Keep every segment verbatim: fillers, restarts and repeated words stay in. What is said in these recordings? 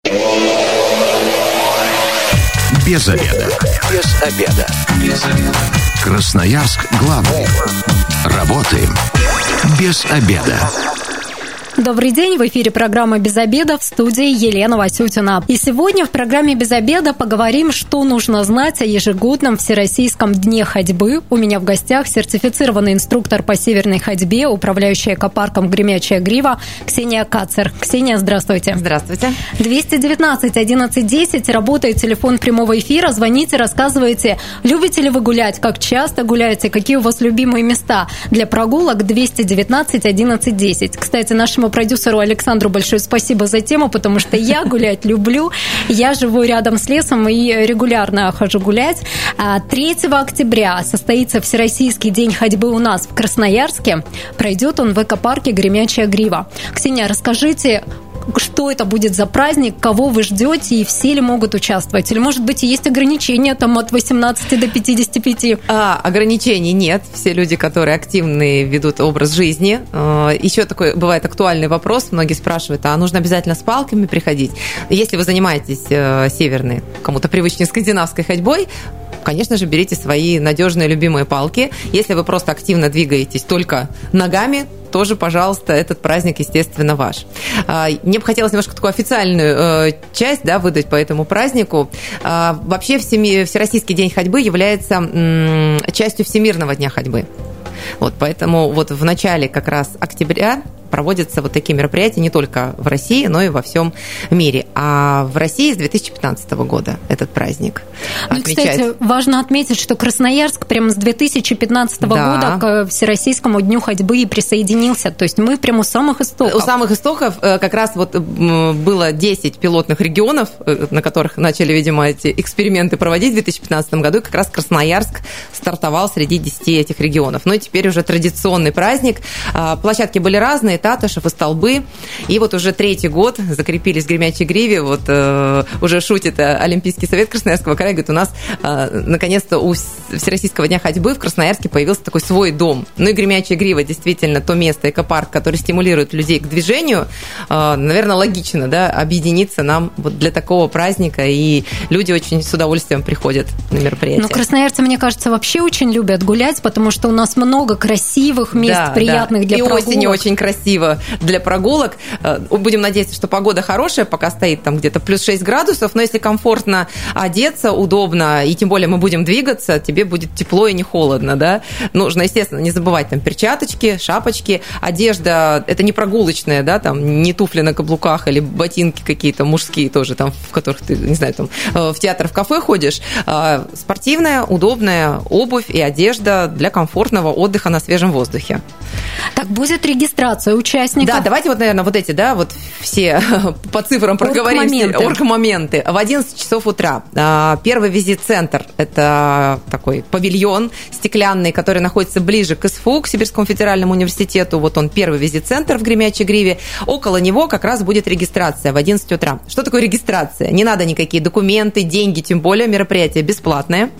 Без обеда. Без обеда. Без обеда. Красноярск главный. Работаем без обеда. Добрый день, в эфире программа «Без обеда», в студии Елена Васютина. И сегодня в программе «Без обеда» поговорим, что нужно знать о ежегодном Всероссийском дне ходьбы. У меня в гостях сертифицированный инструктор по северной ходьбе, управляющая экопарком «Гремячая грива» Ксения Кацер. Ксения, здравствуйте. Здравствуйте. двести девятнадцать одиннадцать десять, работает телефон прямого эфира. Звоните, рассказывайте, любите ли вы гулять, как часто гуляете, какие у вас любимые места для прогулок. Двести девятнадцать одиннадцать десять. Кстати, нашему продюсеру Александру большое спасибо за тему, потому что я гулять люблю. Я живу рядом с лесом и регулярно хожу гулять. третьего октября состоится Всероссийский день ходьбы у нас в Красноярске. Пройдет он в экопарке «Гремячая грива». Ксения, расскажите, что это будет за праздник, кого вы ждете и все ли могут участвовать? Или, может быть, есть ограничения там от восемнадцати до пятидесяти пяти? А, ограничений нет. Все люди, которые активные, ведут образ жизни. Еще такой бывает актуальный вопрос. Многие спрашивают, а нужно обязательно с палками приходить? Если вы занимаетесь северной, кому-то привычной скандинавской ходьбой, конечно же, берите свои надежные любимые палки. Если вы просто активно двигаетесь только ногами, тоже, пожалуйста, этот праздник, естественно, ваш. Мне бы хотелось немножко такую официальную часть, да, выдать по этому празднику. Вообще, Всероссийский день ходьбы является частью Всемирного дня ходьбы. Вот, поэтому вот в начале как раз октября проводятся вот такие мероприятия не только в России, но и во всем мире. А в России с две тысячи пятнадцатого года этот праздник ну, отмечается. Кстати, важно отметить, что Красноярск прямо с две тысячи пятнадцатого да. года к Всероссийскому дню ходьбы и присоединился. То есть мы прямо у самых истоков. У самых истоков как раз вот было десять пилотных регионов, на которых начали, видимо, эти эксперименты проводить в две тысячи пятнадцатом году, и как раз Красноярск стартовал среди десяти этих регионов. Ну и теперь уже традиционный праздник. Площадки были разные, Татышев и Столбы. И вот уже третий год закрепились в Гремячей гриве. Вот э, уже шутит Олимпийский совет Красноярского края. Говорит, у нас э, наконец-то у Всероссийского дня ходьбы в Красноярске появился такой свой дом. Ну и Гремячая грива действительно то место, экопарк, который стимулирует людей к движению. Э, наверное, логично, да, объединиться нам вот для такого праздника. И люди очень с удовольствием приходят на мероприятие. Ну, красноярцы, мне кажется, вообще очень любят гулять, потому что у нас много красивых мест, да, приятных да. для и прогулок. И осенью очень красиво для прогулок. Будем надеяться, что погода хорошая, пока стоит там где-то плюс шесть градусов, но если комфортно одеться, удобно, и тем более мы будем двигаться, тебе будет тепло и не холодно, да. Нужно, естественно, не забывать там перчаточки, шапочки, одежда, это не прогулочная, да, там не туфли на каблуках или ботинки какие-то мужские тоже, там, в которых ты, не знаю, там в театр, в кафе ходишь. Спортивная, удобная обувь и одежда для комфортного отдыха на свежем воздухе. Так, будет регистрация участников. Да, давайте вот, наверное, вот эти, да, вот все по цифрам проговорим. Оргмоменты. В одиннадцать часов утра. Первый визит-центр – это такой павильон стеклянный, который находится ближе к СФУ, к Сибирскому федеральному университету. Вот он, первый визит-центр в Гремячей гриве. Около него как раз будет регистрация в одиннадцать утра. Что такое регистрация? Не надо никакие документы, деньги, тем более мероприятие бесплатное.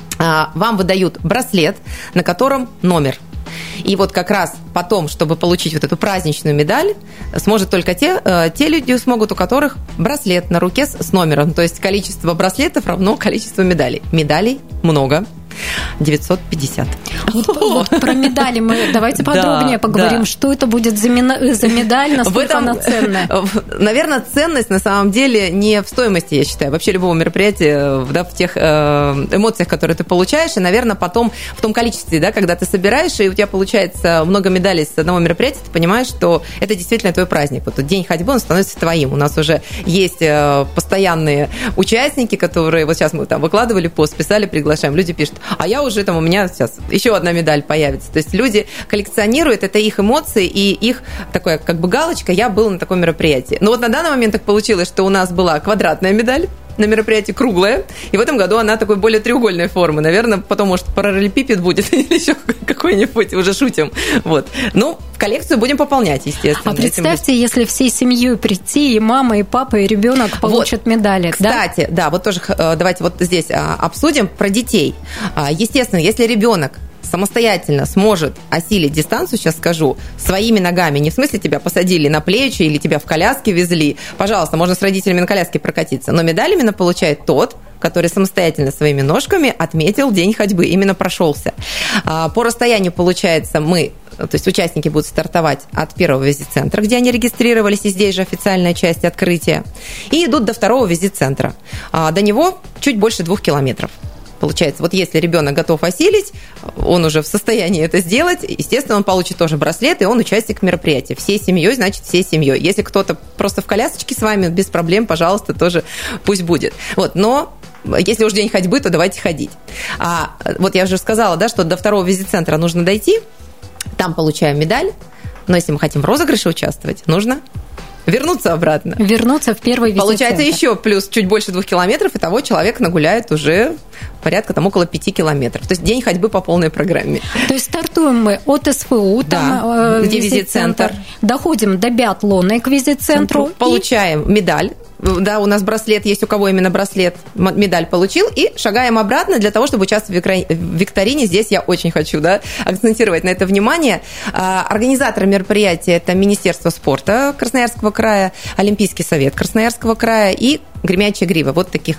Вам выдают браслет, на котором номер. И вот как раз потом, чтобы получить вот эту праздничную медаль, сможет только те, те люди смогут, у которых браслет на руке с номером. То есть количество браслетов равно количеству медалей. Медалей много. девятьсот пятьдесят. Вот, вот про медали мы давайте подробнее да, поговорим. Да. Что это будет за, мина, за медаль, насколько этом, она ценная? Наверное, ценность на самом деле не в стоимости, я считаю, вообще любого мероприятия, да, в тех эмоциях, которые ты получаешь, и, наверное, потом в том количестве, да, когда ты собираешь, и у тебя получается много медалей с одного мероприятия, ты понимаешь, что это действительно твой праздник. Вот день ходьбы, он становится твоим. У нас уже есть постоянные участники, которые, вот сейчас мы там выкладывали пост, писали, приглашаем, люди пишут, а я уже там, у меня сейчас еще одна медаль появится. То есть люди коллекционируют, это их эмоции и их такая как бы галочка, я был на таком мероприятии. Но вот на данный момент так получилось, что у нас была квадратная медаль, на мероприятии круглая, и в этом году она такой более треугольной формы. Наверное, потом, может, параллелепипед будет или еще какой-нибудь, уже шутим. Вот. Ну, коллекцию будем пополнять, естественно. А представьте, если всей семьей прийти, и мама, и папа, и ребенок получат вот. медали. Кстати, да? да, вот тоже давайте вот здесь обсудим про детей. Естественно, если ребенок самостоятельно сможет осилить дистанцию, сейчас скажу, своими ногами, не в смысле тебя посадили на плечи или тебя в коляске везли, пожалуйста, можно с родителями на коляске прокатиться, но медаль именно получает тот, который самостоятельно своими ножками отметил день ходьбы, именно прошелся. По расстоянию, получается, мы, то есть участники будут стартовать от первого визит-центра, где они регистрировались, и здесь же официальная часть открытия, и идут до второго визит-центра. До него чуть больше двух километров. Получается, вот если ребенок готов осилить, он уже в состоянии это сделать, естественно, он получит тоже браслет, и он участник мероприятия. Всей семьей, значит, всей семьей. Если кто-то просто в колясочке с вами, без проблем, пожалуйста, тоже пусть будет. Вот, но если уж день ходьбы, то давайте ходить. А вот я уже сказала, да, что до второго визит-центра нужно дойти, там получаем медаль, но если мы хотим в розыгрыше участвовать, нужно вернуться обратно. Вернуться в первый визит-центр. Получается еще плюс чуть больше двух километров, и того человек нагуляет уже порядка там около пяти километров. То есть день ходьбы по полной программе. То есть стартуем мы от СФУ, там да, э, где визит-центр. визит-центр, доходим до биатлона к визит-центру. Получаем и... медаль. Да, у нас браслет есть, у кого именно браслет, медаль получил, и шагаем обратно для того, чтобы участвовать в викторине. Здесь я очень хочу, да, акцентировать на это внимание. Организаторы мероприятия – это Министерство спорта Красноярского края, Олимпийский совет Красноярского края и «Гремячая грива». Вот таких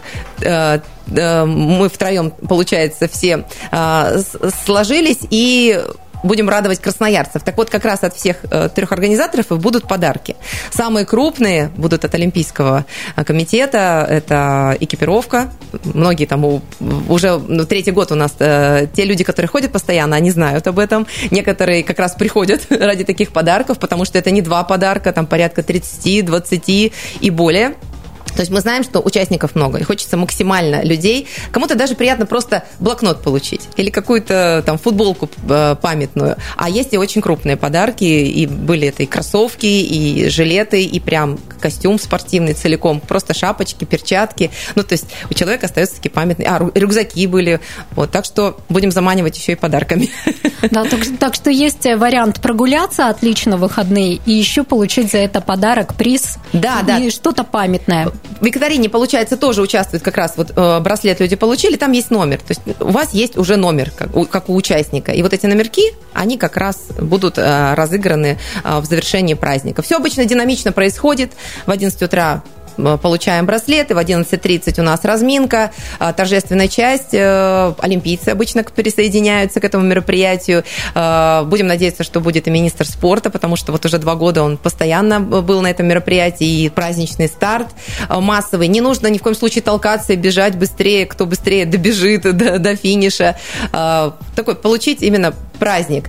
мы втроем, получается, все сложились и будем радовать красноярцев. Так вот, как раз от всех э, трех организаторов будут подарки. Самые крупные будут от Олимпийского комитета. Это экипировка. Многие там у, уже ну, третий год у нас э, те люди, которые ходят постоянно, они знают об этом. Некоторые как раз приходят ради таких подарков, потому что это не два подарка, там порядка тридцать, двадцать и более. То есть мы знаем, что участников много, и хочется максимально людей. Кому-то даже приятно просто блокнот получить или какую-то там футболку памятную. А есть и очень крупные подарки, и были это и кроссовки, и жилеты, и прям костюм спортивный целиком, просто шапочки, перчатки. Ну, то есть у человека остаются такие памятные... А, рюкзаки были. Вот, так что будем заманивать еще и подарками. Да, так, так что есть вариант прогуляться отлично в выходные и еще получить за это подарок, приз, да, и да. что-то памятное. В викторине, получается, тоже участвует как раз вот э, браслет люди получили, там есть номер. То есть у вас есть уже номер, как у, как у участника. И вот эти номерки, они как раз будут э, разыграны э, в завершении праздника. Все обычно динамично происходит. В одиннадцать утра получаем браслеты, в одиннадцать тридцать у нас разминка, торжественная часть, олимпийцы обычно присоединяются к этому мероприятию. Будем надеяться, что будет и министр спорта, потому что вот уже два года он постоянно был на этом мероприятии, и праздничный старт массовый. Не нужно ни в коем случае толкаться и бежать быстрее, кто быстрее добежит до, до финиша. Такой получить именно праздник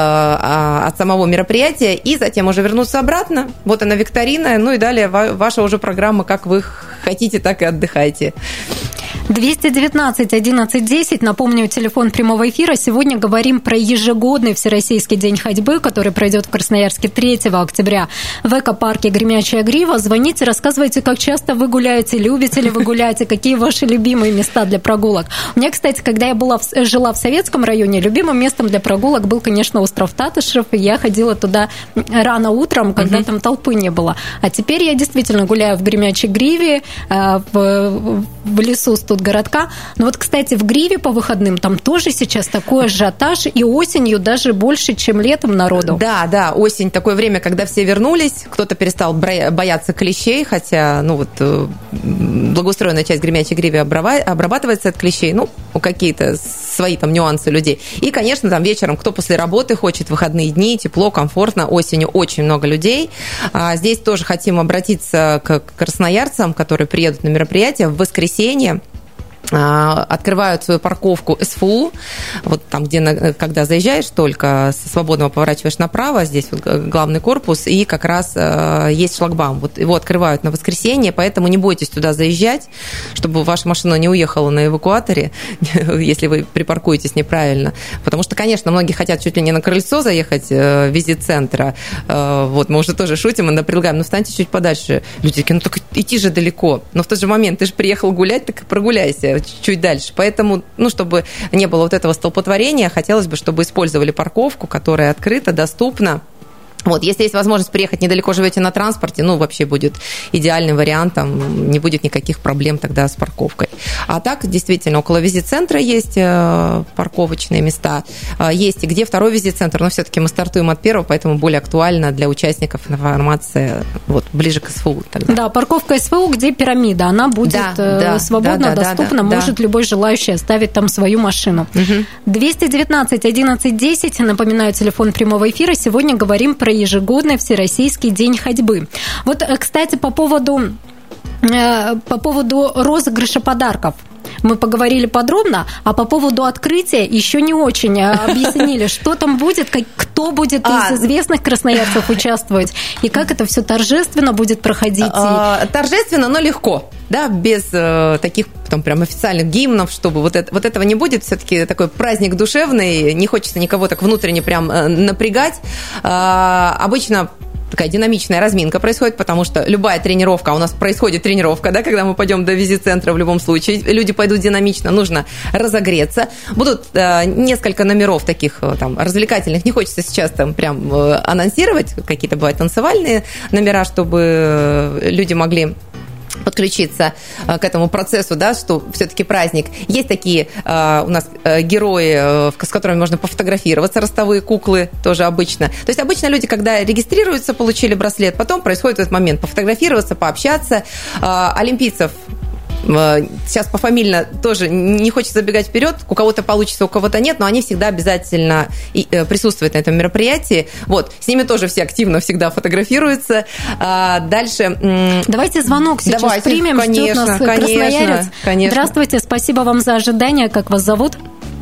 от самого мероприятия, и затем уже вернуться обратно. Вот она викторина, ну и далее ваша уже программа, как вы хотите, так и отдыхайте. двести девятнадцать одиннадцать десять, напомню, телефон прямого эфира. Сегодня говорим про ежегодный Всероссийский день ходьбы, который пройдет в Красноярске третьего октября в экопарке «Гремячая грива». Звоните, рассказывайте, как часто вы гуляете, любите ли вы гулять, и какие ваши любимые места для прогулок. У меня, кстати, когда я была, жила в Советском районе, любимым местом для прогулок был, конечно, остров Татышев, и я ходила туда рано утром, когда угу. там толпы не было. А теперь я действительно гуляю в Гремячей гриве, в, в лесу Студгородка. Но вот, кстати, в Гриве по выходным там тоже сейчас такой ажиотаж, и осенью даже больше, чем летом народу. Да, да, осень, такое время, когда все вернулись, кто-то перестал бояться клещей, хотя, ну вот, благоустроенная часть Гремячей гривы обрабатывается от клещей, ну, какие-то свои там нюансы людей. И, конечно, там вечером, кто после работы хочет, выходные дни, тепло, комфортно, осенью очень много людей. Здесь тоже хотим обратиться к красноярцам, которые приедут на мероприятие в воскресенье. Открывают свою парковку СФУ, вот там, где, когда заезжаешь только, свободно поворачиваешь направо, здесь вот главный корпус, и как раз есть шлагбаум. Вот его открывают на воскресенье, поэтому не бойтесь туда заезжать, чтобы ваша машина не уехала на эвакуаторе, если вы припаркуетесь неправильно. Потому что, конечно, многие хотят чуть ли не на крыльцо заехать визит-центра. Вот, мы уже тоже шутим и предлагаем, ну, встаньте чуть подальше. Люди такие, ну, так идти же далеко. Но в тот же момент ты же приехал гулять, так и прогуляйся чуть дальше. Поэтому, ну, чтобы не было вот этого столпотворения, хотелось бы, чтобы использовали парковку, которая открыта, доступна. Вот, если есть возможность приехать недалеко, живете на транспорте, ну, вообще будет идеальным вариантом, не будет никаких проблем тогда с парковкой. А так, действительно, около визит-центра есть парковочные места, есть и где второй визит-центр, но все-таки мы стартуем от первого, поэтому более актуальна для участников информация вот, ближе к СФУ. Тогда. Да, парковка СФУ, где пирамида, она будет да, да, свободно, да, доступна, да, может да. любой желающий оставить там свою машину. Угу. двести девятнадцать одиннадцать десять, напоминаю, телефон прямого эфира, сегодня говорим про ежегодный Всероссийский день ходьбы. Вот, кстати, по поводу, по поводу розыгрыша подарков. Мы поговорили подробно, а по поводу открытия еще не очень объяснили, что там будет, как, кто будет а, из известных красноярцев участвовать, и как это все торжественно будет проходить. А, торжественно, но легко, да, без э, таких там прям официальных гимнов, чтобы вот, это, вот этого не будет. Все-таки такой праздник душевный, не хочется никого так внутренне прям э, напрягать. А, обычно такая динамичная разминка происходит, потому что любая тренировка, а у нас происходит тренировка, да, когда мы пойдем до визит-центра в любом случае, люди пойдут динамично, нужно разогреться. Будут э, несколько номеров таких там развлекательных, не хочется сейчас там прям э, анонсировать, какие-то бывают танцевальные номера, чтобы люди могли подключиться к этому процессу, да, что все-таки праздник. Есть такие э, у нас э, герои, э, с которыми можно пофотографироваться, ростовые куклы тоже обычно. То есть обычно люди, когда регистрируются, получили браслет, потом происходит этот момент пофотографироваться, пообщаться. Э, олимпийцев сейчас пофамильно тоже не хочется забегать вперед, у кого-то получится, у кого-то нет, но они всегда обязательно присутствуют на этом мероприятии. Вот, с ними тоже все активно всегда фотографируются. Дальше... Давайте звонок сейчас Давайте, примем. Конечно, Ждет нас конечно, красноярец. Конечно. Здравствуйте, спасибо вам за ожидание. Как вас зовут?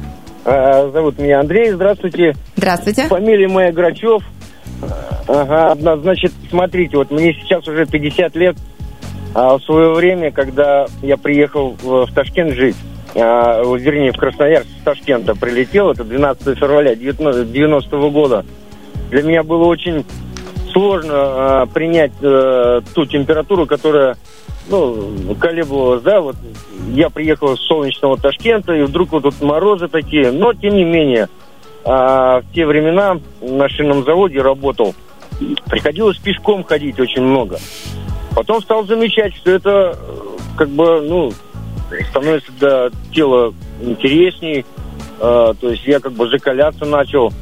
Зовут меня Андрей, здравствуйте. Здравствуйте. Фамилия моя Грачев. Ага, значит, смотрите, вот мне сейчас уже пятьдесят лет. А в свое время, когда я приехал в Ташкент жить, а, вернее, в Красноярск с Ташкента прилетел, это двенадцатого февраля девяностого года, для меня было очень сложно а, принять а, ту температуру, которая, ну, колеблалась, да, вот я приехал с солнечного Ташкента, и вдруг вот тут морозы такие, но, тем не менее, а, в те времена на шинном заводе работал, приходилось пешком ходить очень много. Потом стал замечать, что это как бы, ну, становится для тела интересней. Э, то есть я как бы закаляться начал.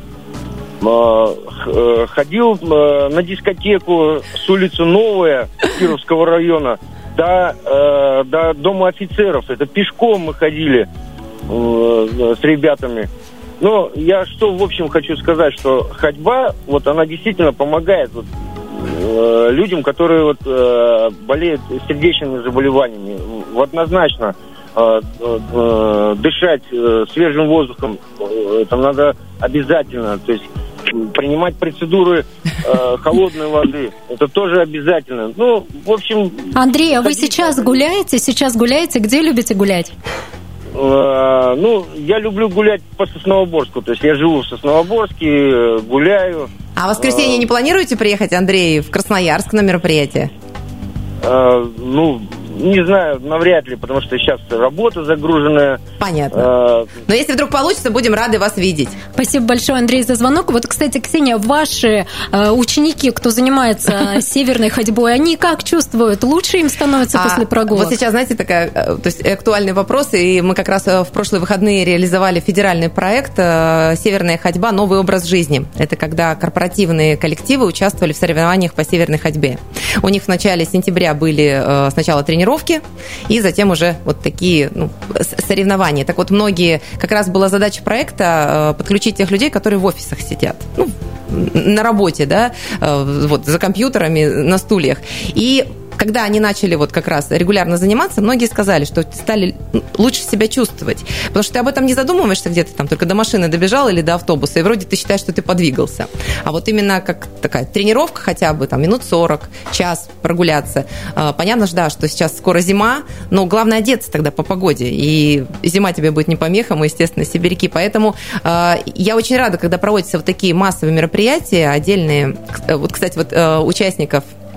Э, ходил э, на дискотеку с улицы Новая Кировского района до, э, до Дома офицеров. Это пешком мы ходили э, с ребятами. Но я что, в общем, хочу сказать, что ходьба, вот она действительно помогает вот, людям, которые вот, э, болеют сердечными заболеваниями. Вот однозначно э, э, дышать э, свежим воздухом э, это надо обязательно. То есть принимать процедуры э, холодной воды это тоже обязательно. Ну, в общем... Андрей, а вы сейчас гуляете? Сейчас гуляете? Где любите гулять? Э, ну, я люблю гулять по Сосновоборску. То есть я живу в Сосновоборске, гуляю. А в воскресенье а, не планируете приехать, Андрей, в Красноярск на мероприятие? А, ну, не знаю, навряд ли, потому что сейчас работа загруженная. Понятно. А, Но если вдруг получится, будем рады вас видеть. Спасибо большое, Андрей, за звонок. Вот, кстати, Ксения, ваши э, ученики, кто занимается северной ходьбой, они как чувствуют? Лучше им становится после прогулок? Вот сейчас, знаете, такая, то есть актуальный вопрос, и мы как раз в прошлые выходные реализовали федеральный проект «Северная ходьба. Новый образ жизни». Это когда корпоративные коллективы участвовали в соревнованиях по северной ходьбе. У них в начале сентября были сначала тренировки, и затем уже вот такие ну, соревнования. Так вот, многие, как раз была задача проекта подключить тех людей, которые в офисах сидят, ну, на работе, да, вот, за компьютерами, на стульях. И когда они начали вот как раз регулярно заниматься, многие сказали, что стали лучше себя чувствовать. Потому что ты об этом не задумываешься, где ты там только до машины добежал или до автобуса, и вроде ты считаешь, что ты подвигался. А вот именно как такая тренировка хотя бы, там, минут сорок, час прогуляться. Понятно же, да, что сейчас скоро зима, но главное одеться тогда по погоде. И зима тебе будет не помеха, мы, естественно, сибиряки. Поэтому я очень рада, когда проводятся вот такие массовые мероприятия, отдельные. Вот, кстати, вот участников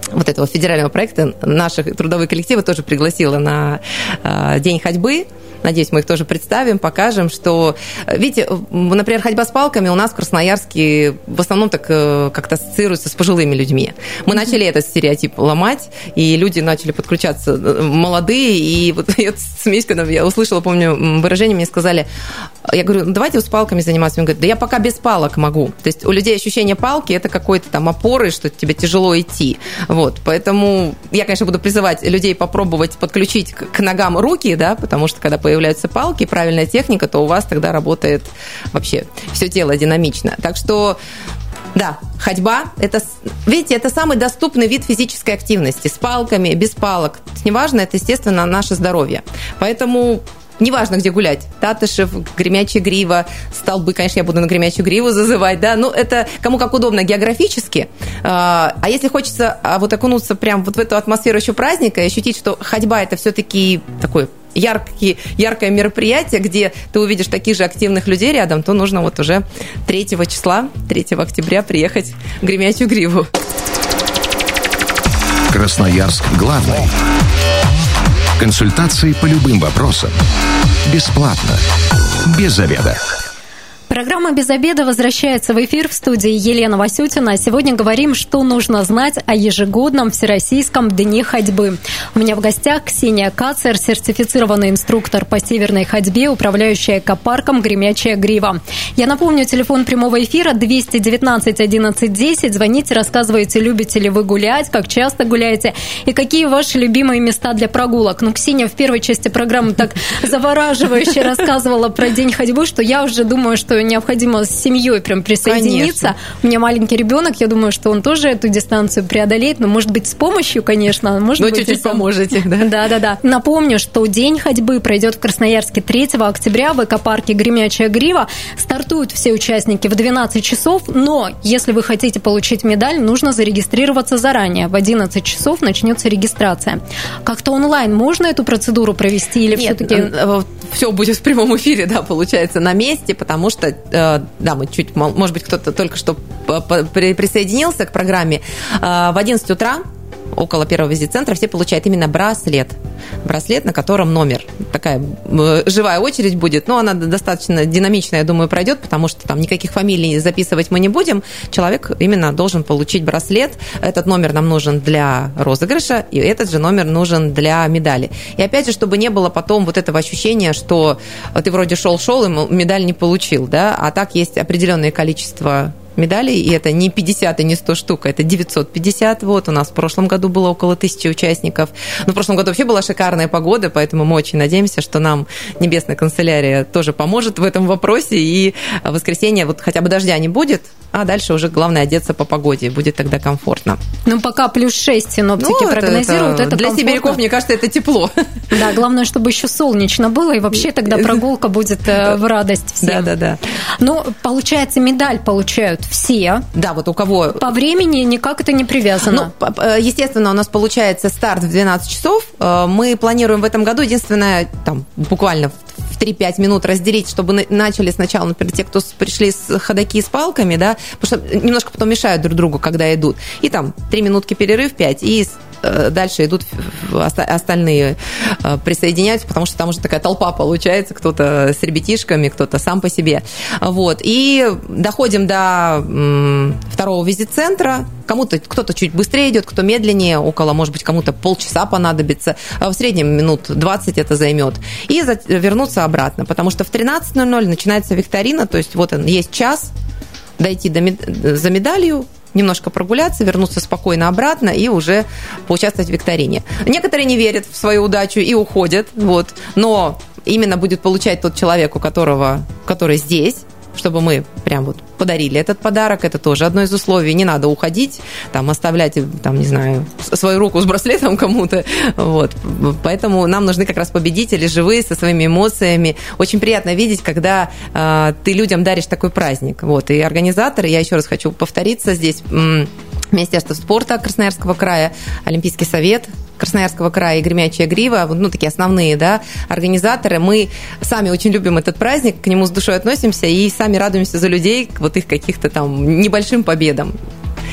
вот этого федерального проекта наши трудовые коллективы тоже пригласила на э, День ходьбы. Надеюсь, мы их тоже представим, покажем, что... Видите, например, ходьба с палками у нас в Красноярске в основном так как-то ассоциируется с пожилыми людьми. Мы mm-hmm. начали этот стереотип ломать, и люди начали подключаться молодые, и вот я смеюсь, когда я услышала, помню, выражение, мне сказали, я говорю, ну, давайте с палками заниматься. Он говорит, да я пока без палок могу. То есть у людей ощущение палки – это какой-то там опоры, что тебе тяжело идти. Вот, поэтому я, конечно, буду призывать людей попробовать подключить к ногам руки, да, потому что когда появляются палки, правильная техника, то у вас тогда работает вообще все тело динамично. Так что, да, ходьба, это, видите, это самый доступный вид физической активности. С палками, без палок. Неважно, это, естественно, наше здоровье. Поэтому... Неважно, где гулять. Татышев, Гремячая Грива, столбы, конечно, я буду на Гремячую Гриву зазывать, да, ну, это кому как удобно географически. А если хочется вот окунуться прям вот в эту атмосферу еще праздника и ощутить, что ходьба – это все-таки такое яркие, яркое мероприятие, где ты увидишь таких же активных людей рядом, то нужно вот уже третьего числа, третьего октября приехать в Гремячую Гриву. Красноярск главный. Консультации по любым вопросам. Бесплатно. Без заведа. Программа «Без обеда» возвращается в эфир в студии Елена Васютина. Сегодня говорим, что нужно знать о ежегодном Всероссийском дне ходьбы. У меня в гостях Ксения Кацер, сертифицированный инструктор по северной ходьбе, управляющая экопарком «Гремячая Грива». Я напомню, телефон прямого эфира двести девятнадцать одиннадцать десять. Звоните, рассказывайте, любите ли вы гулять, как часто гуляете и какие ваши любимые места для прогулок. Ну, Ксения в первой части программы так завораживающе рассказывала про день ходьбы, что я уже думаю, что необходимо с семьей прям присоединиться. Конечно. У меня маленький ребенок, я думаю, что он тоже эту дистанцию преодолеет, но, может быть, с помощью, конечно. Может но быть, чуть-чуть сам... поможете, да? Да-да-да. Напомню, что день ходьбы пройдет в Красноярске третьего октября в экопарке «Гремячая Грива». Стартуют все участники в двенадцать часов, но если вы хотите получить медаль, нужно зарегистрироваться заранее. В одиннадцать часов начнется регистрация. Как-то онлайн можно эту процедуру провести или Нет, все-таки... все будет в прямом эфире, да, получается, на месте, потому что да, мы чуть, может быть, кто-то только что присоединился к программе. В одиннадцать утра около первого визит-центра все получают именно браслет. Браслет, на котором номер. Такая живая очередь будет, но она достаточно динамичная, я думаю, пройдет, потому что там никаких фамилий записывать мы не будем. Человек именно должен получить браслет. Этот номер нам нужен для розыгрыша, и этот же номер нужен для медали. И опять же, чтобы не было потом вот этого ощущения, что ты вроде шел-шел и медаль не получил, да, а так есть определенное количество медалей, и это не пятьдесят и не сто штук, это девятьсот пятьдесят. Вот у нас в прошлом году было около тысячи участников. Но в прошлом году вообще была шикарная погода, поэтому мы очень надеемся, что нам Небесная канцелярия тоже поможет в этом вопросе, и в воскресенье вот хотя бы дождя не будет, а дальше уже главное одеться по погоде, будет тогда комфортно. Ну, пока плюс шесть синоптики ну, прогнозируют, это, это, это для комфортно. сибиряков, мне кажется, это тепло. Да, главное, чтобы еще солнечно было, и вообще тогда прогулка будет в радость всем. Да, да, да. Ну, получается, медаль получают все. Да, вот у кого... По времени никак это не привязано. Ну, естественно, у нас получается старт в двенадцать часов. Мы планируем в этом году, единственное, там, буквально в три-пять минут разделить, чтобы начали сначала, например, те, кто пришли с ходоки с палками, да, потому что немножко потом мешают друг другу, когда идут. И там три минутки перерыв, пять, и дальше идут остальные, присоединяются, потому что там уже такая толпа получается, кто-то с ребятишками, кто-то сам по себе. Вот. И доходим до второго визит-центра. Кому-то, кто-то чуть быстрее идет, кто медленнее, около, может быть, кому-то полчаса понадобится. В среднем минут двадцать это займет. И вернуться обратно, потому что в тринадцать ноль ноль начинается викторина, то есть вот он, есть час дойти до мед... за медалью, немножко прогуляться, вернуться спокойно обратно и уже поучаствовать в викторине. Некоторые не верят в свою удачу и уходят, вот, но именно будет получать тот человек, у которого, который здесь, чтобы мы прям вот подарили этот подарок. Это тоже одно из условий. Не надо уходить, там, оставлять, там, не знаю, свою руку с браслетом кому-то. Вот. Поэтому нам нужны как раз победители, живые, со своими эмоциями. Очень приятно видеть, когда э, ты людям даришь такой праздник. Вот. И организаторы, я еще раз хочу повториться здесь, Министерство спорта Красноярского края, Олимпийский совет Красноярского края и Гремячая Грива, ну, такие основные, да, организаторы. Мы сами очень любим этот праздник, к нему с душой относимся и сами радуемся за людей, вот их каких-то там небольшим победам.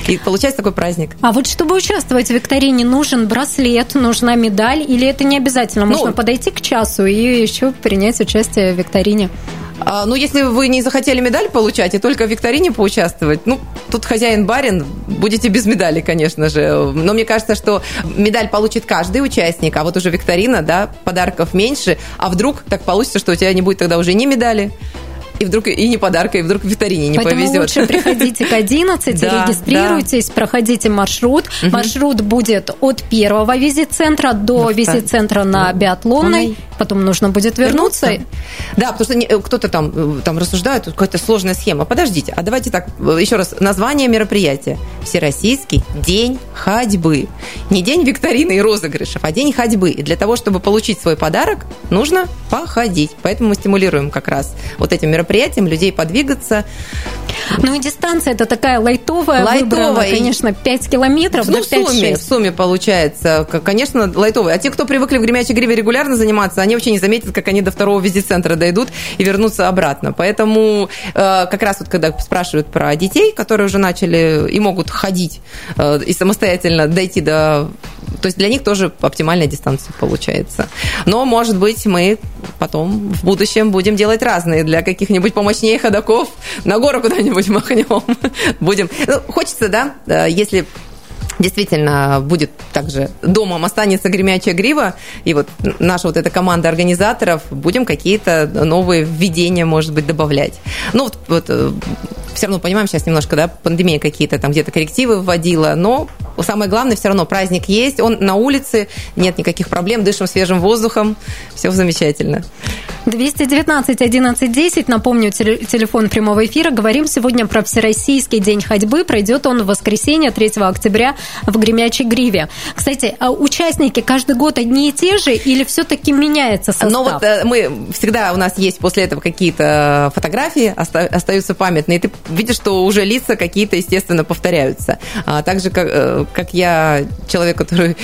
И получается такой праздник. А вот чтобы участвовать в викторине, нужен браслет, нужна медаль, или это не обязательно? Можно ну, подойти к часу и еще принять участие в викторине? А, ну, если вы не захотели медаль получать и только в викторине поучаствовать, ну, тут хозяин-барин, будете без медали, конечно же. Но мне кажется, что медаль получит каждый участник, а вот уже викторина, да, подарков меньше, а вдруг так получится, что у тебя не будет тогда уже ни медали, и вдруг и не подарка, и вдруг в викторине не Поэтому повезет. Лучше приходите к одиннадцати, да, регистрируйтесь, да. проходите маршрут. Угу. Маршрут будет от первого визит-центра до визит-центра на Биатлонной. Потом нужно будет вернуться. вернуться. Да, потому что кто-то там, там рассуждает, какая-то сложная схема. Подождите, а давайте так, еще раз, название мероприятия. Всероссийский день ходьбы. Не день викторины и розыгрышев, а день ходьбы. И для того, чтобы получить свой подарок, нужно походить. Поэтому мы стимулируем как раз вот этим мероприятием людей подвигаться. Ну и дистанция это такая лайтовая, лайтовая. Выбрана, конечно, пять километров, ну, да, пять-шесть. В сумме, в сумме получается, конечно, лайтовая. А те, кто привыкли в Гремячей Гриве регулярно заниматься, они вообще не заметят, как они до второго визит-центра дойдут и вернутся обратно. Поэтому э, как раз вот когда спрашивают про детей, которые уже начали и могут ходить э, и самостоятельно дойти до... То есть для них тоже оптимальная дистанция получается. Но, может быть, мы потом в будущем будем делать разные. Для каких-нибудь помощнее ходоков на гору куда-нибудь махнем. Будем. Ну, хочется, да, если... Действительно, будет также домом останется Гремячая Грива, и вот наша вот эта команда организаторов, будем какие-то новые введения, может быть, добавлять. Ну, вот, вот все равно понимаем, сейчас немножко, да, пандемия какие-то там где-то коррективы вводила, но самое главное, все равно праздник есть, он на улице, нет никаких проблем, дышим свежим воздухом, все замечательно. двести девятнадцать одиннадцать десять, напомню, телефон прямого эфира. Говорим сегодня про Всероссийский день ходьбы. Пройдет он в воскресенье, третьего октября, в Гремячей Гриве. Кстати, а участники каждый год одни и те же или все-таки меняется состав? Ну вот мы всегда, у нас есть после этого какие-то фотографии, остаются памятные, и ты видишь, что уже лица какие-то, естественно, повторяются. А также, как, как я, человек, который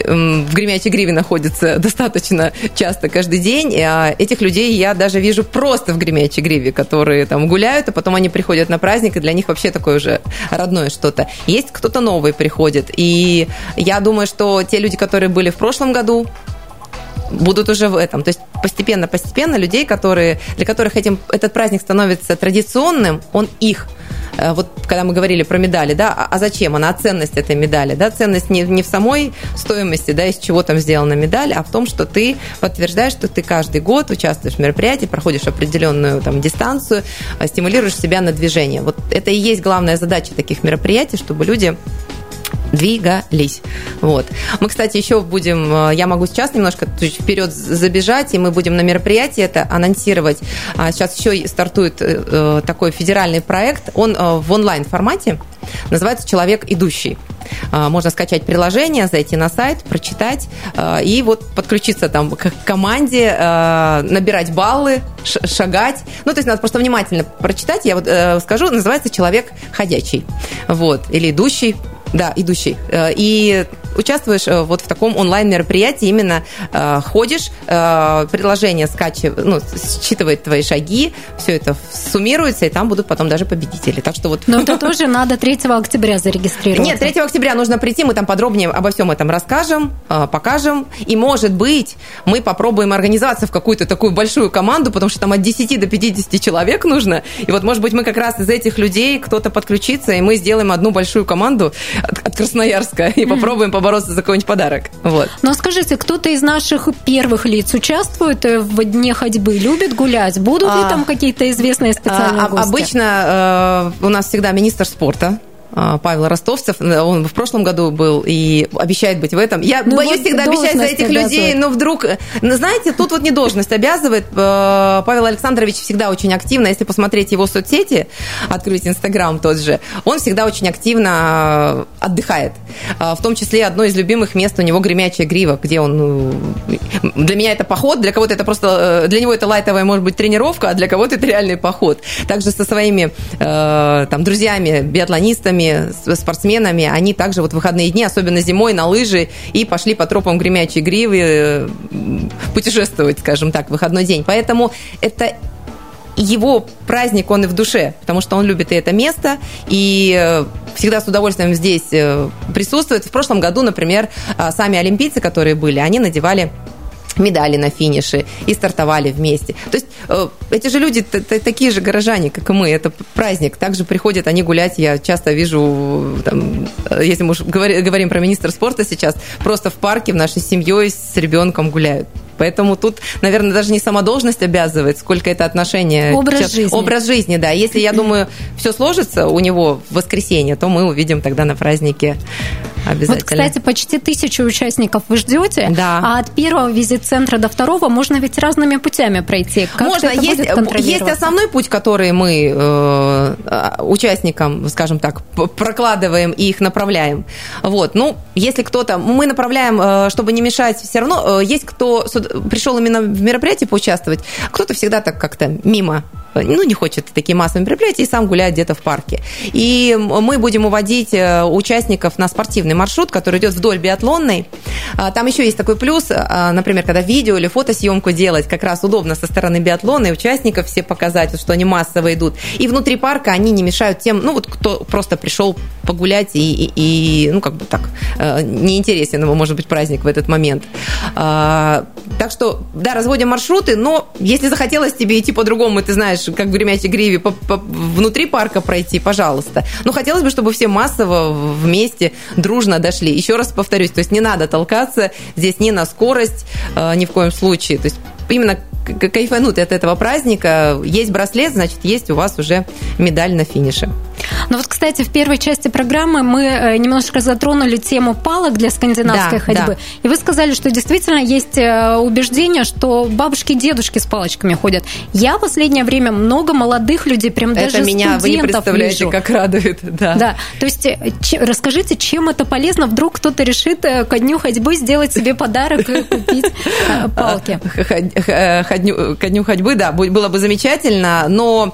в Гремячей Гриве находится достаточно часто каждый день, этих людей я даже вижу просто в Гремячей Гриве, которые там гуляют, а потом они приходят на праздник, и для них вообще такое уже родное что-то. Есть кто-то новый приходит, и я думаю, что те люди, которые были в прошлом году, будут уже в этом. То есть постепенно-постепенно людей, которые, для которых этим, этот праздник становится традиционным, он их. Вот когда мы говорили про медали, да, а зачем она, а ценность этой медали, да, ценность не, не в самой стоимости, да, из чего там сделана медаль, а в том, что ты подтверждаешь, что ты каждый год участвуешь в мероприятии, проходишь определенную там дистанцию, стимулируешь себя на движение. Вот это и есть главная задача таких мероприятий, чтобы люди двигались. Вот. Мы, кстати, еще будем, я могу сейчас немножко вперед забежать, и мы будем на мероприятии это анонсировать. Сейчас еще стартует такой федеральный проект, он в онлайн-формате, называется «Человек идущий». Можно скачать приложение, зайти на сайт, прочитать и вот подключиться там к команде, набирать баллы, шагать. Ну, то есть надо просто внимательно прочитать. Я вот скажу, называется «Человек ходячий». Вот. Или «Идущий». Да, идущий. И участвуешь вот в таком онлайн-мероприятии, именно ходишь, приложение скачивает, ну, считывает твои шаги, все это суммируется, и там будут потом даже победители. Так что вот... Но это тоже надо третьего октября зарегистрироваться. Нет, третьего октября нужно прийти, мы там подробнее обо всем этом расскажем, покажем, и, может быть, мы попробуем организоваться в какую-то такую большую команду, потому что там от десяти до пятидесяти человек нужно, и вот, может быть, мы как раз из этих людей кто-то подключится, и мы сделаем одну большую команду от, от Красноярска и попробуем побороться за какой-нибудь подарок. Вот. Но скажите, кто-то из наших первых лиц участвует в дне ходьбы, любит гулять? Будут ли там какие-то известные специальные а, гости? Обычно э, у нас всегда министр спорта Павел Ростовцев, он в прошлом году был и обещает быть в этом. Я ну, боюсь вот всегда обещать за этих обязывает. людей, но вдруг... Знаете, тут вот не должность обязывает. Павел Александрович всегда очень активно, если посмотреть его соцсети, открыть Инстаграм тот же, он всегда очень активно отдыхает. В том числе одно из любимых мест у него Гремячая Грива, где он... Для меня это поход, для кого-то это просто... Для него это лайтовая, может быть, тренировка, а для кого-то это реальный поход. Также со своими там, друзьями, биатлонистами, спортсменами, они также вот в выходные дни, особенно зимой, на лыжи, и пошли по тропам Гремячей Гривы путешествовать, скажем так, в выходной день. Поэтому это его праздник, он и в душе, потому что он любит и это место, и всегда с удовольствием здесь присутствует. В прошлом году, например, сами олимпийцы, которые были, они надевали медали на финише и стартовали вместе. То есть э, эти же люди т- т- такие же горожане, как и мы. Это праздник. Также приходят они гулять. Я часто вижу, там, если мы уж говори, говорим про министра спорта сейчас, просто в парке в нашей семьей с ребенком гуляют. Поэтому тут, наверное, даже не сама должность обязывает, сколько это отношение. Образ сейчас, жизни. Образ жизни, да. Если, я думаю, все сложится у него в воскресенье, то мы увидим тогда на празднике обязательно. Вот, кстати, почти тысячу участников вы ждете, да. А от первого визит-центра до второго можно ведь разными путями пройти. Как можно. это Есть, будет контролироваться? Есть основной путь, который мы э, участникам, скажем так, прокладываем и их направляем. Вот. Ну, если кто-то... Мы направляем, э, чтобы не мешать, все равно э, есть кто пришел именно в мероприятие поучаствовать, кто-то всегда так как-то мимо, ну, не хочет такие массовые мероприятия и сам гуляет где-то в парке. И мы будем уводить участников на спортивный маршрут, который идет вдоль биатлонной. Там еще есть такой плюс, например, когда видео или фотосъемку делать, как раз удобно со стороны биатлона и участников все показать, что они массово идут. И внутри парка они не мешают тем, ну, вот кто просто пришел погулять и, и, и ну, как бы так, неинтересен ему, может быть, праздник в этот момент. Так что, да, разводим маршруты, но если захотелось тебе идти по-другому, и ты знаешь, как в «Гремячей гриве», по, по, внутри парка пройти, пожалуйста. Но хотелось бы, чтобы все массово вместе дружно дошли. Еще раз повторюсь, то есть не надо толкаться здесь ни на скорость, э, ни в коем случае. То есть именно кайфануть от этого праздника. Есть браслет, значит, есть у вас уже медаль на финише. Ну вот, кстати, в первой части программы мы немножко затронули тему палок для скандинавской да, ходьбы. Да. И вы сказали, что действительно есть убеждение, что бабушки и дедушки с палочками ходят. Я в последнее время много молодых людей, прям это даже меня, студентов вы не представляете, вижу. Как радует. Да. Да. То есть че, расскажите, чем это полезно? Вдруг кто-то решит ко дню ходьбы сделать себе подарок и купить палки. Ко дню ходьбы, да, было бы замечательно, но...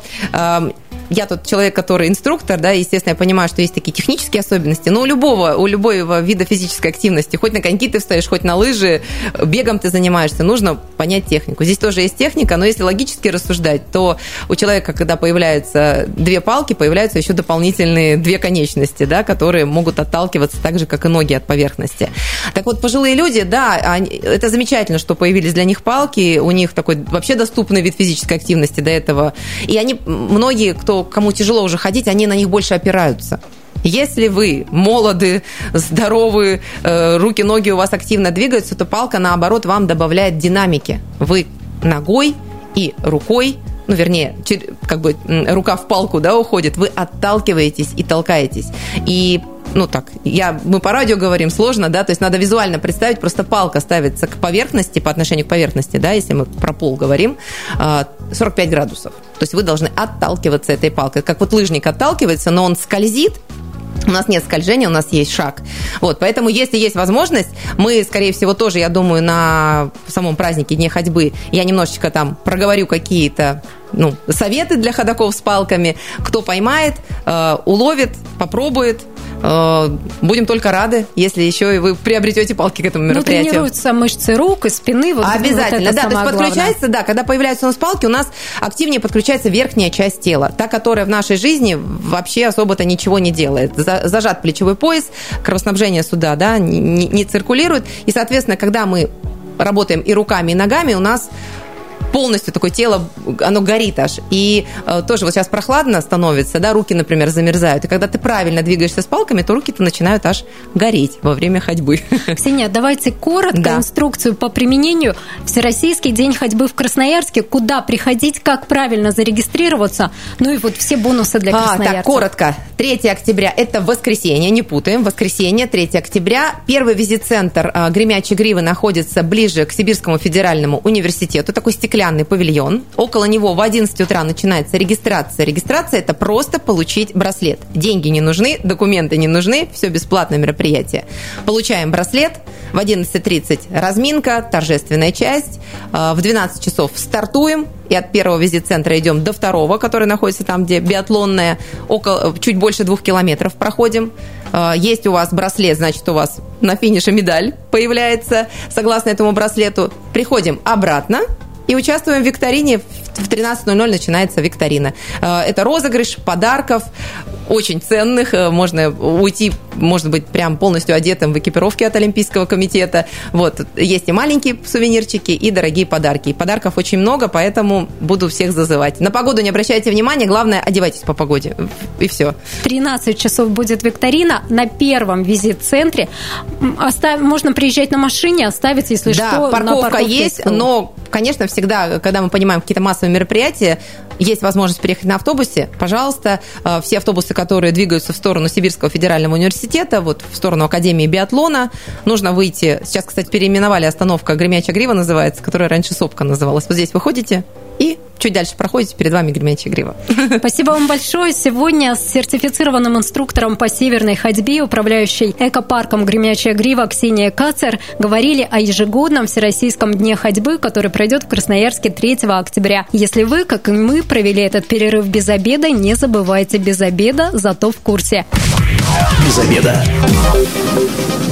Я тут человек, который инструктор, да, и, естественно, я понимаю, что есть такие технические особенности, но у любого, у любого вида физической активности, хоть на коньки ты встаешь, хоть на лыжи, бегом ты занимаешься, нужно понять технику. Здесь тоже есть техника, но если логически рассуждать, то у человека, когда появляются две палки, появляются еще дополнительные две конечности, да, которые могут отталкиваться так же, как и ноги от поверхности. Так вот, пожилые люди, да, они, это замечательно, что появились для них палки, у них такой вообще доступный вид физической активности до этого, и они, многие, кто кому тяжело уже ходить, они на них больше опираются. Если вы молоды, здоровы, руки, ноги у вас активно двигаются, то палка, наоборот, вам добавляет динамики. Вы ногой и рукой, ну, вернее, как бы рука в палку, да, уходит, вы отталкиваетесь и толкаетесь. И ну так, я, мы по радио говорим, сложно, да, то есть надо визуально представить, просто палка ставится к поверхности, по отношению к поверхности, да, если мы про пол говорим, сорок пять градусов. То есть вы должны отталкиваться этой палкой. Как вот лыжник отталкивается, но он скользит, у нас нет скольжения, у нас есть шаг. Вот, поэтому, если есть возможность, мы, скорее всего, тоже, я думаю, на самом празднике Дне ходьбы я немножечко там проговорю какие-то ну, советы для ходоков с палками. Кто поймает, э, уловит, попробует. Будем только рады, если еще и вы приобретете палки к этому мероприятию. Ну, тренируются мышцы рук и спины. Вот обязательно, вот да. То есть подключается, главное. Да, когда появляются у нас палки, у нас активнее подключается верхняя часть тела, та, которая в нашей жизни вообще особо-то ничего не делает. Зажат плечевой пояс, кровоснабжение сюда, да, не, не циркулирует. И, соответственно, когда мы работаем и руками, и ногами, у нас полностью такое тело, оно горит аж. И э, тоже вот сейчас прохладно становится, да, руки, например, замерзают. И когда ты правильно двигаешься с палками, то руки-то начинают аж гореть во время ходьбы. Ксения, давайте коротко да. инструкцию по применению. Всероссийский день ходьбы в Красноярске. Куда приходить, как правильно зарегистрироваться? Ну и вот все бонусы для красноярцев. А, так, коротко. третьего октября – это воскресенье, не путаем. Воскресенье, третьего октября. Первый визит-центр э, Гремячей Гривы находится ближе к Сибирскому федеральному университету. Такой стеклянный павильон. Около него в одиннадцать утра начинается регистрация. Регистрация – это просто получить браслет. Деньги не нужны, документы не нужны, все бесплатное мероприятие. Получаем браслет, в одиннадцать тридцать разминка, торжественная часть, в двенадцать часов стартуем, и от первого визит-центра идем до второго, который находится там, где биатлонная, около, чуть больше двух километров проходим. Есть у вас браслет, значит, у вас на финише медаль появляется, согласно этому браслету. Приходим обратно и участвуем в викторине в в тринадцать ноль ноль начинается викторина. Это розыгрыш подарков, очень ценных. Можно уйти, может быть, прям полностью одетым в экипировке от Олимпийского комитета. Вот. Есть и маленькие сувенирчики, и дорогие подарки. Подарков очень много, поэтому буду всех зазывать. На погоду не обращайте внимания, главное, одевайтесь по погоде. И все. В тринадцать часов будет викторина. На первом визит-центре Остав... можно приезжать на машине, оставить, если да, что, парковка на парковке есть, стол. Но, конечно, всегда, когда мы понимаем какие-то массовые мероприятия, есть возможность приехать на автобусе. Пожалуйста, все автобусы, которые двигаются в сторону Сибирского федерального университета, вот в сторону Академии биатлона, нужно выйти. Сейчас, кстати, переименовали остановка «Гремячая грива» называется, которая раньше «Сопка» называлась. Вот здесь выходите и чуть дальше проходите, перед вами «Гремячая грива». Спасибо вам большое. Сегодня с сертифицированным инструктором по северной ходьбе, управляющей экопарком «Гремячая грива» Ксения Кацер говорили о ежегодном Всероссийском дне ходьбы, который пройдет в Красноярске третьего октября. Если вы, как и мы, провели этот перерыв без обеда, не забывайте, без обеда, зато в курсе. Без обеда.